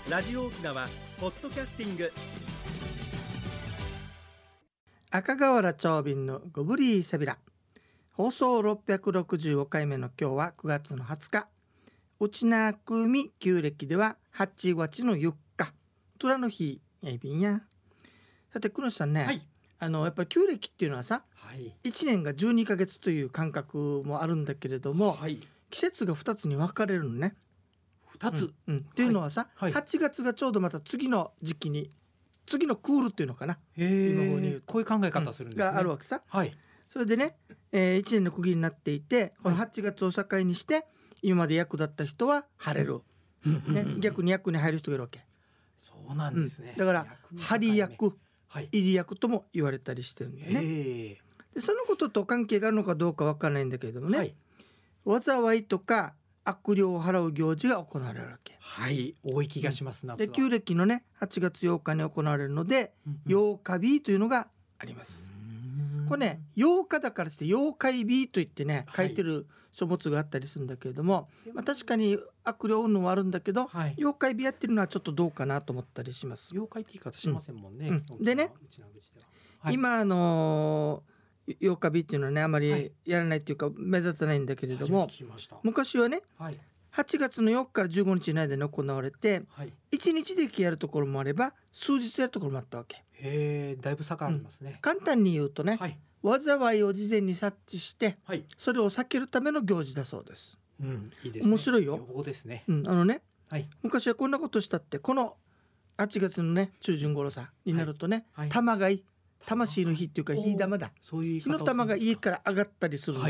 ラジオ沖縄ポッドキャスティング、 赤瓦長瓶のゴブリーサビラ、放送665回目の今日は9月の20日、うちなくみ旧暦では8月の4日虎の日やいびんや。さて黒さんね、 はい、 やっぱり旧暦っていうのはさ、 はい、 1年が12ヶ月という感覚もあるんだけれども、 はい、 季節が2つに分かれるのね。 2つ、 っていうのはさ、 はいはい、 8月がちょうどまた次の時期に次のクールっていうのかな、 へ今風に言うとこういう考え方するんですね、 があるわけさ。 はい、 それでね、1年の区切りになっていて、この8月を境にして今まで役立った人は晴れる、ね、逆に役に入る人がいるわけ。 そうなんですね、 だから張役、 はい、 入り役とも言われたりしてるんだよね。でそのことと関係があるのかどうかわからないんだけれどもね、はい、災いとか悪霊を払う行事が行われるわけ。 はい、多い気がします。 で旧暦のね8月8日に行われるので、8日日というのがあります。これね8日だからして8日日といってね書いてる書物があったりするんだけれども、確かに悪霊云々はあるんだけど、8日日やってるのはちょっとどうかなと思ったりします。 妖怪って言い方しませんもんね、 でね、今8日日っていうのはねあまりやらないっていうか目立たないんだけれども、昔はね、8月の4日から15日の間に行われて、1日でやるところもあれば数日やるところもあったわけ。 へえ、だいぶ差がありますね。 簡単に言うとね、災いを事前に察知して、それを避けるための行事だそうです。 いいですね、 面白いよ。 予防ですね。 昔はこんなことしたって、この8月のね中旬頃さになるとね、玉が魂の日っていうから火玉だ、火の玉が家から上がったりするんだって、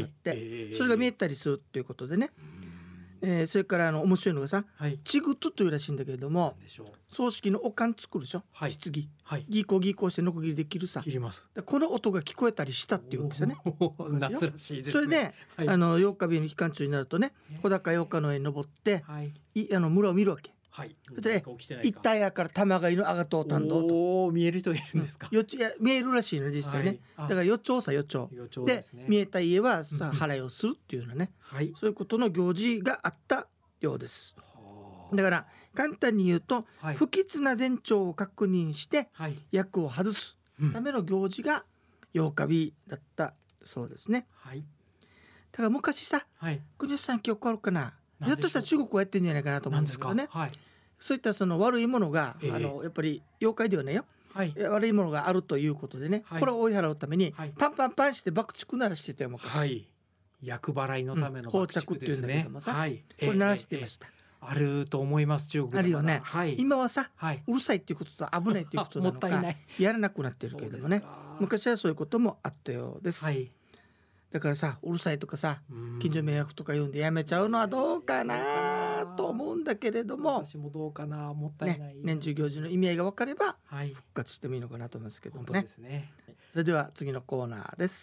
それが見えたりするっていうことでね、それから面白いのがさ、ちぐとというらしいんだけれども、葬式のおかん作るでしょ、棺、ギコギコしてノコギリできるさ、この音が聞こえたりしたっていうんですよね。 夏らしいですね。 それで、8日日の期間中になるとね、小高8日の上に登って、村を見るわけ。それで一体やから玉がいの上がとうたんどうと見える人がいるんですか。 見えるらしいの実際ね、だから予兆さ予兆で、見えた家はさ払いをするっていうのね、そういうことの行事があったようです。だから簡単に言うと、不吉な前兆を確認して厄を外すための行事が8日日だったそうですね。だから昔さ、国吉さん記憶あるかな、ひょっとしたら中国はやってんじゃないかなと思うんですけどね、そういったその悪いものが、やっぱり妖怪ではないよ、悪いものがあるということでね、これを追い払うために、パンパンパンして爆竹鳴らしてたよ昔。 厄払いのための爆竹っていうんだけどもさ、これ鳴らしてました。 あると思います。中国であるよね、今はさ、うるさいっていうことと危ないっていうことなのかやらなくなってるけれどもね、昔はそういうこともあったようです。だからさ、うるさいとかさ、近所迷惑とか言うんでやめちゃうのはどうかなと思うんだけれども、 私もどうかな、もったいない、 年中行事の意味合いが分かれば復活してもいいのかなと思いますけどもね。それでは次のコーナーです。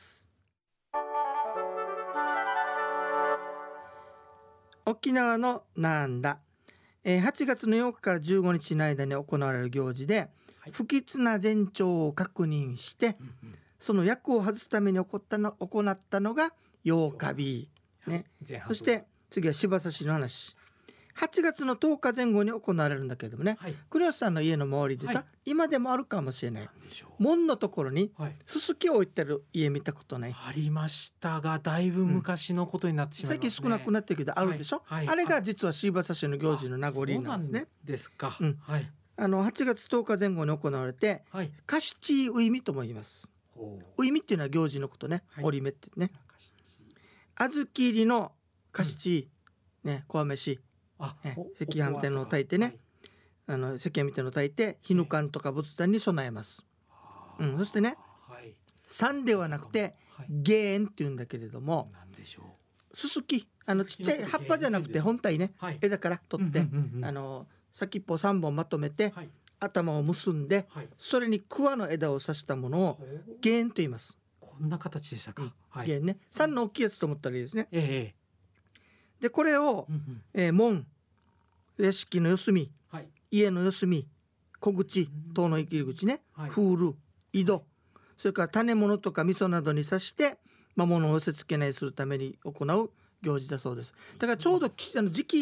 沖縄のなんだ、8月の8日から15日の間に行われる行事で、不吉な前兆を確認して、その役を外すために行ったのが8日日、そして次は柴刺の話。8月の10日前後に行われるんだけれどもね、国吉さんの家の周りでさ、今でもあるかもしれない、門のところにすすきを置いてる家見たことない？ ありましたが、だいぶ昔のことになってしまいますね。 最近少なくなってるけどあるでしょ、あれが実は柴刺の行事の名残なんですね。 そうなんですか。 8月10日前後に行われて、カシチウイミとも言います。ウイミっていうのは行事のことね、折り目ってね、小豆入りのカシチ、小飴飯、赤飯みたいなのを炊いてね、赤飯みたいなのを炊いて火ぬかんとか仏壇に備えます。そしてね、酸ではなくてゲーンっていうんだけれども、すすき、ちっちゃい葉っぱじゃなくて本体ね、枝から取って、先っぽ3本まとめて、頭を結んで、それに桑の枝を刺したものをゲーンと言います。 こんな形でしたか。 ゲーンね、酸の大きいやつと思ったらいいですね。でこれを、門、屋敷の四隅、家の四隅、小口、塔の入り口ね、フール、井戸、それから種物とか味噌などに刺して魔物を寄せ付けないするために行う行事だそうです。だからちょうど時期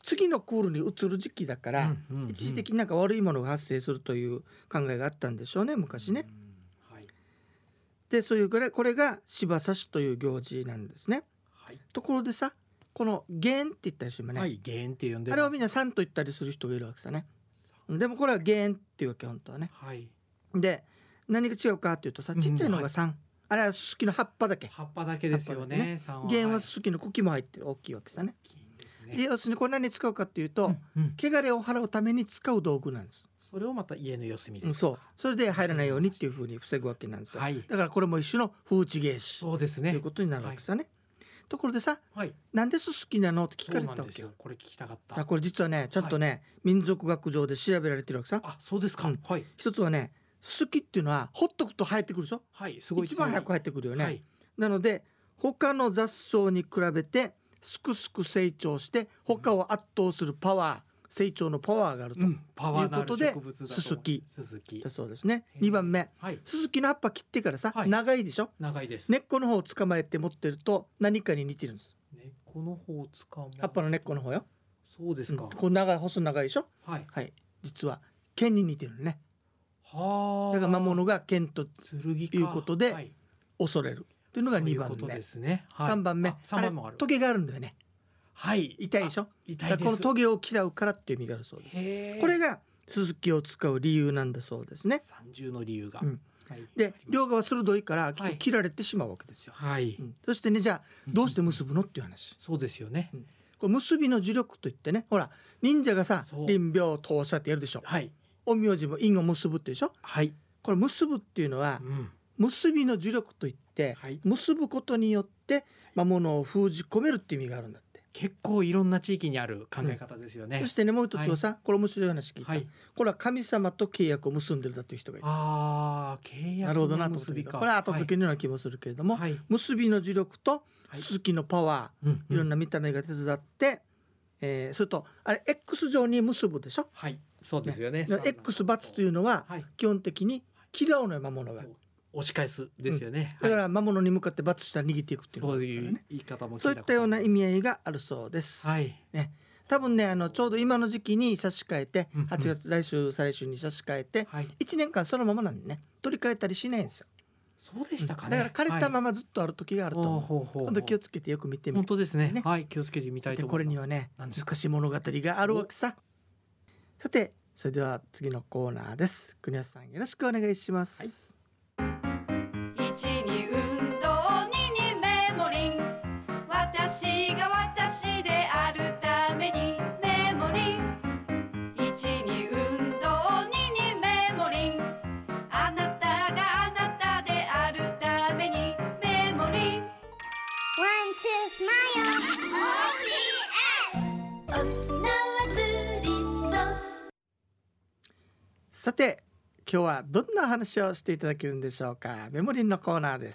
次のクールに移る時期だから、一時的になんか悪いものが発生するという考えがあったんでしょうね、昔ね。 はい、 でそういうぐらいこれが柴刺しという行事なんですね。 はい、 ところでさ、このゲーンって言ったりしてもね、 はい、ゲーンって呼んでる。 あれをみんな3と言ったりする人がいるわけさね。でもこれはゲーンっていうわけ本当はね。 はい、 で何が違うかっていうとさ、ちっちゃいのが3、あれはススキの葉っぱだけ。 葉っぱだけですよね。 ゲーンはススキの茎も入ってる大きいわけさね。で要するにこれ何に使うかっていうと、汚れを払うために使う道具なんです。 それをまた家の四隅で、 それで入らないようにっていうふうに防ぐわけなんですよ。だからこれも一種の風致芸師、 そうですね、 ということになるわけさね。ところでさ、なんでススキなのって聞かれたわけよ。 これ聞きたかった。 さあこれ実はねちゃんとね、民族学上で調べられてるわけさ。 あ、そうですか。 一つはね、ススキっていうのはほっとくと生えてくるでしょ。すごい一番早く生えてくるよね。なので他の雑草に比べてすくすく成長して他を圧倒するパワー、成長のパワーがあるということで、ススキだそうですね。2番目、ススキの葉っぱ切ってからさ、長いでしょ。 長いです。 根っこの方を捕まえて持ってると何かに似てるんです。 根っこの方を捕まえ、 葉っぱの根っこの方よ。 そうですか。 こう長い細長いでしょ。実は剣に似てるね。だから魔物が剣ということで恐れるというのが2番目ですね。3番目、あれトゲがあるんだよね。痛いでしょ。このトゲを嫌うからっていう意味があるそうです。これがススキを使う理由なんだそうですね。 三重の理由が、 で両側鋭いから切られてしまうわけですよ。そしてね、じゃあどうして結ぶのっていう話。 そうですよね。 これ結びの呪力といってね、ほら忍者がさ臨病当社ってやるでしょ。陰陽師も陰を結ぶってでしょ。これ結ぶっていうのは、結びの呪力といって、結ぶことによって魔物を封じ込めるっていう意味があるんだって。 結構いろんな地域にある考え方ですよね。 そしてね、もう一つはさ、これ面白い話聞いた、これは神様と契約を結んでるだという人がいた。 契約なるほどなと思って、これは後付けのような気もするけれども、結びの呪力とススキのパワー、いろんな見た目が手伝って、それとあれ X 上に結ぶでしょ。 そうですよね。 X バツというのは基本的に嫌うのよ、魔物が押し返すですよね。 だから魔物に向かってバツしたら逃げていくっていう、 そういう言い方もそういったような意味合いがあるそうです。多分ね、ちょうど今の時期に差し替えて、8月来週再来週に差し替えて、1年間そのままなんでね、取り替えたりしないんですよ。 そうでしたかね。 だから枯れたままずっとある時があると思う。今度気をつけてよく見てみて。 本当ですね。気をつけてみたいと思います。 これにはね、難しい物語があるわけさ。さて、それでは次のコーナーです。国安さんよろしくお願いします。 1に運動2にメモリン、私が私であるためにメモリン。1に運動2にメモリン、あなたがあなたであるためにメモリン。 One, two, smile OPS 沖縄ツーリスト。 さて今日はどんな話をしていただけるんでしょうか。メモリンのコーナーです。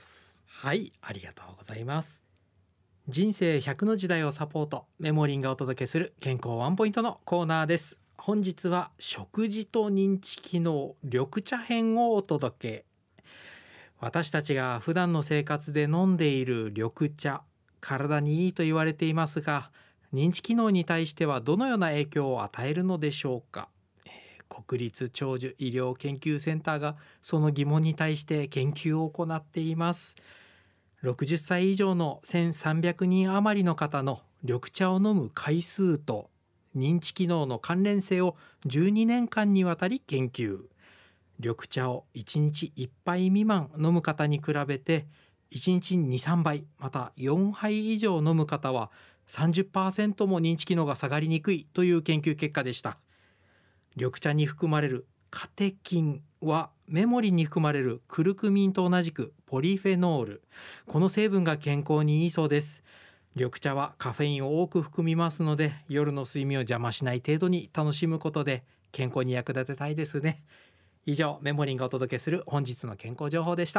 はい、ありがとうございます。人生100の時代をサポート、メモリンがお届けする健康ワンポイントのコーナーです。本日は食事と認知機能緑茶編をお届け。私たちが普段の生活で飲んでいる緑茶、体にいいと言われていますが、認知機能に対してはどのような影響を与えるのでしょうか。国立長寿医療研究センターがその疑問に対して研究を行っています。60歳以上の1300人余りの方の緑茶を飲む回数と認知機能の関連性を12年間にわたり研究。緑茶を1日1杯未満飲む方に比べて1日に 2,3 杯また4杯以上飲む方は 30% も認知機能が下がりにくいという研究結果でした。緑茶に含まれるカテキンはメモリに含まれるクルクミンと同じくポリフェノール、この成分が健康にいいそうです。緑茶はカフェインを多く含みますので、夜の睡眠を邪魔しない程度に楽しむことで健康に役立てたいですね。以上、メモリンがお届けする本日の健康情報でした。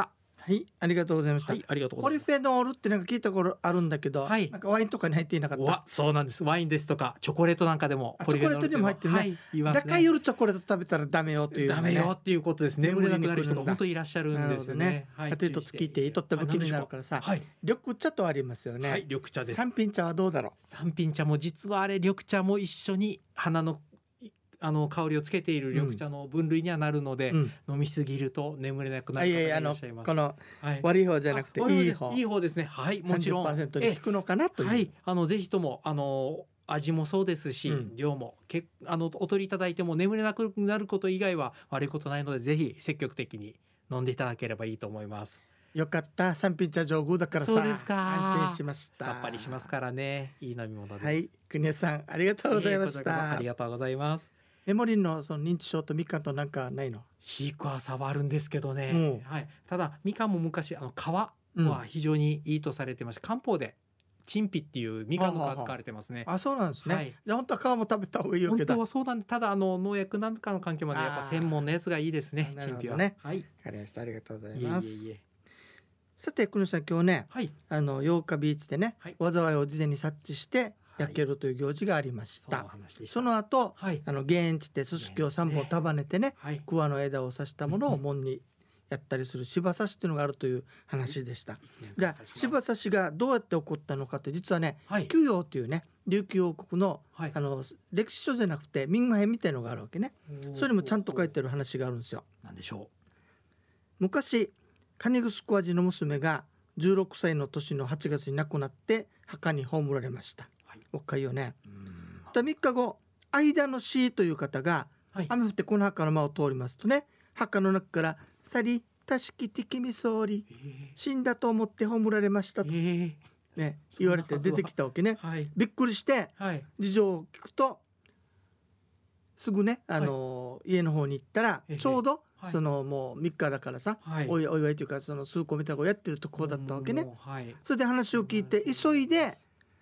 はい、ありがとうございました。 はい、ありがとうごポざいます。 リフェノールってなんか聞いたことあるんだけど、 はい、 なんかワインとかに入っていなかった。 そうなんです。ワインですとかチョコレートなんかでもポリフェノールでも入ってるね。 はい、言いますね。 だから夜チョコレート食べたらダメよっていう、ね、 ダメよっていうことですね。眠れなくなる人が本当にいらっしゃるんですね。 はい、あと一つ聞いてとっても気になるからさ、はい、緑茶とありますよね。 はい、緑茶です。 三品茶はどうだろう。 三品茶も実はあれ緑茶も一緒に花の香りをつけている緑茶の分類にはなるので、飲みすぎると眠れなくなる方がいらっしゃいます。 この悪い方じゃなくていい方、 いい方ですね。はい、もちろん 30% に効くのかなという。 はい、ぜひとも味もそうですし、量もお取りいただいても眠れなくなること以外は悪いことないので、ぜひ積極的に飲んでいただければいいと思います。 よかった、三品茶上手だからさ。 そうですか。 安心しました。 さっぱりしますからね。いい飲み物です。 はい、国枝さんありがとうございました。 ありがとうございます。 メモリンのその認知症とみかんとなんかないの？ シークワーサーはあるんですけどね、はい、ただみかんも昔皮は非常にいいとされてました。漢方で陳皮っていうみかんの皮使われてますね。 あ、そうなんですね、はい、じゃあ本当は皮も食べた方がいいわけだ。 本当はそうなんで、ただ農薬なんかの関係までやっぱ専門のやつがいいですね。陳皮はね。はい、 ありがとうございます。さて国さん、今日ね、はい、8日ビーチでね、はい、災いを事前に察知して焼けるという行事がありました。その後、はい、減塩地ですすきを3本束ねてね、はい、桑の枝を刺したものを門にやったりする芝刺しというのがあるという話でした。じゃあ芝刺しがどうやって起こったのかと、実はね、はい、旧陽というね琉球王国の、はい、歴史書じゃなくて民話編みたいのがあるわけね。それもちゃんと書いてる話があるんですよ。 何でしょう。 昔金城味の娘が16歳の年の8月に亡くなって墓に葬られました。若いよね。3日後、間の氏という方が、はい、雨降ってこの墓の間を通りますとね、墓の中からさりたしきてきみそうり、死んだと思って葬られましたと、ね、言われて出てきたわけね、はい、びっくりして、はい、事情を聞くとすぐね、はい、家の方に行ったらちょうどそのもう3日だからさ、はい、お祝いというかその数個みたいなのをやってるところだったわけね、はい、それで話を聞いて急いで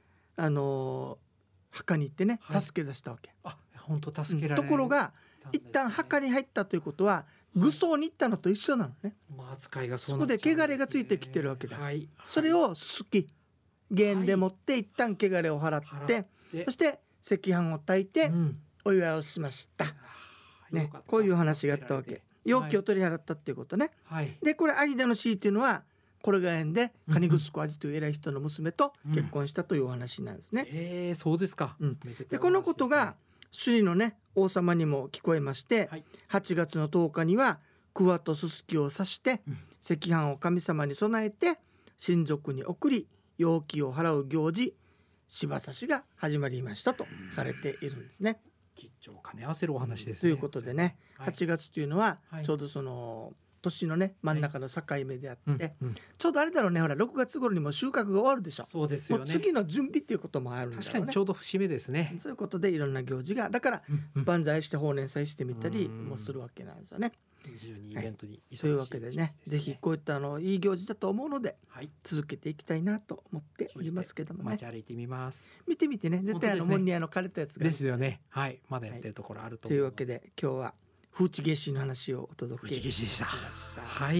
墓に行ってね、助け出したわけ。 あ、本当助けられる、 ところが一旦墓に入ったということは愚葬に行ったのと一緒なのね、 扱いがそこで汚れがついてきてるわけだ、はい、それをすすき減でもって一旦汚れを払って、そして赤飯を炊いてお祝いをしました、ね、こういう話があったわけ。要求を取り払ったっていうことね、はい、でこれ間の死っていうのはこれが縁で蟹城味という偉い人の娘と結婚したというお話なんですね、 そうですか、 でこのことが首里のね王様にも聞こえまして、はい、8月の10日には桑とすすきを刺して赤飯を神様に備えて親族に送り要求を払う行事芝刺しが始まりましたとされているんですね。 吉兆を兼ね合わせるお話ですね。 ということでね、8月というのはちょうどその年のね真ん中の境目であって、ちょうどあれだろうね、ほら6月頃にも収穫が終わるでしょ。 そうですよね。 もう次の準備っていうこともあるんだろうね。 確かにちょうど節目ですね。 そういうことでいろんな行事がだから万歳して法然祭してみたりもするわけなんですよね。 非常にイベントにというわけでね、ぜひこういったいい行事だと思うので、続けていきたいなと思っておりますけどもね。 街歩いてみます。 見てみてね、絶対門に枯れたやつがですよね。はい、まだやってるところあると思う。 というわけで今日は風知夏至の話をお届けしました。 はい。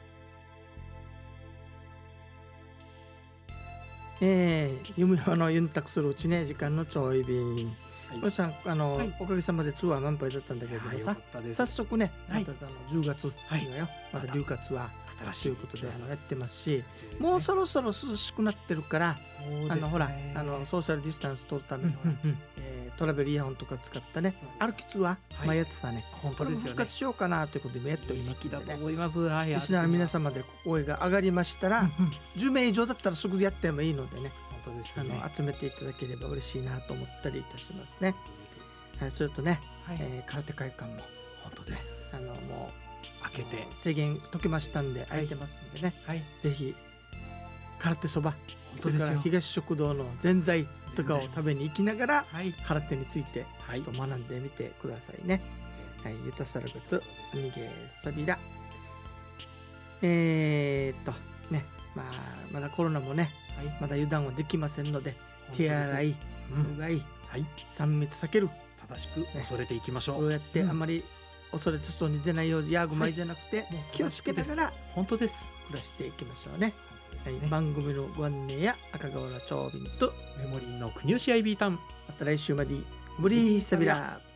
夢のユンタクするうちね、時間のちょい便。おじさんおかげさまでツアー満杯だったんだけどもさ、早速ねまた10月にはよまた龍活はということでやってますし、もうそろそろ涼しくなってるからほらソーシャルディスタンス取るためのトラベルイヤホンとか使ったね歩きツアーやってたね、 本当ですよね。 復活しようかなということでやっておりますのでね、リスナーの皆様で声が上がりましたら10名以上だったらすぐやってもいいのでね、集めていただければ嬉しいなと思ったりいたしますね。それとね、空手会館も本当ですもう開けて制限解けましたんで開いてますんでね、ぜひ空手そば、それから東食堂のぜんざいとかを食べに行きながら空手についてちょっと学んでみてくださいね。ゆたさらぐと逃げさびらね、まだコロナもねまだ油断はできませんので、手洗い、うがい、3密避ける、 正しく恐れていきましょう。 こうやってあんまり恐れて外に出ないようにヤーグマイじゃなくて気をつけながら本当です暮らしていきましょうね。はい、番組のご案内や赤瓦長瓶とメモリーの国吉アイビータン、 また来週まで無理サビラ。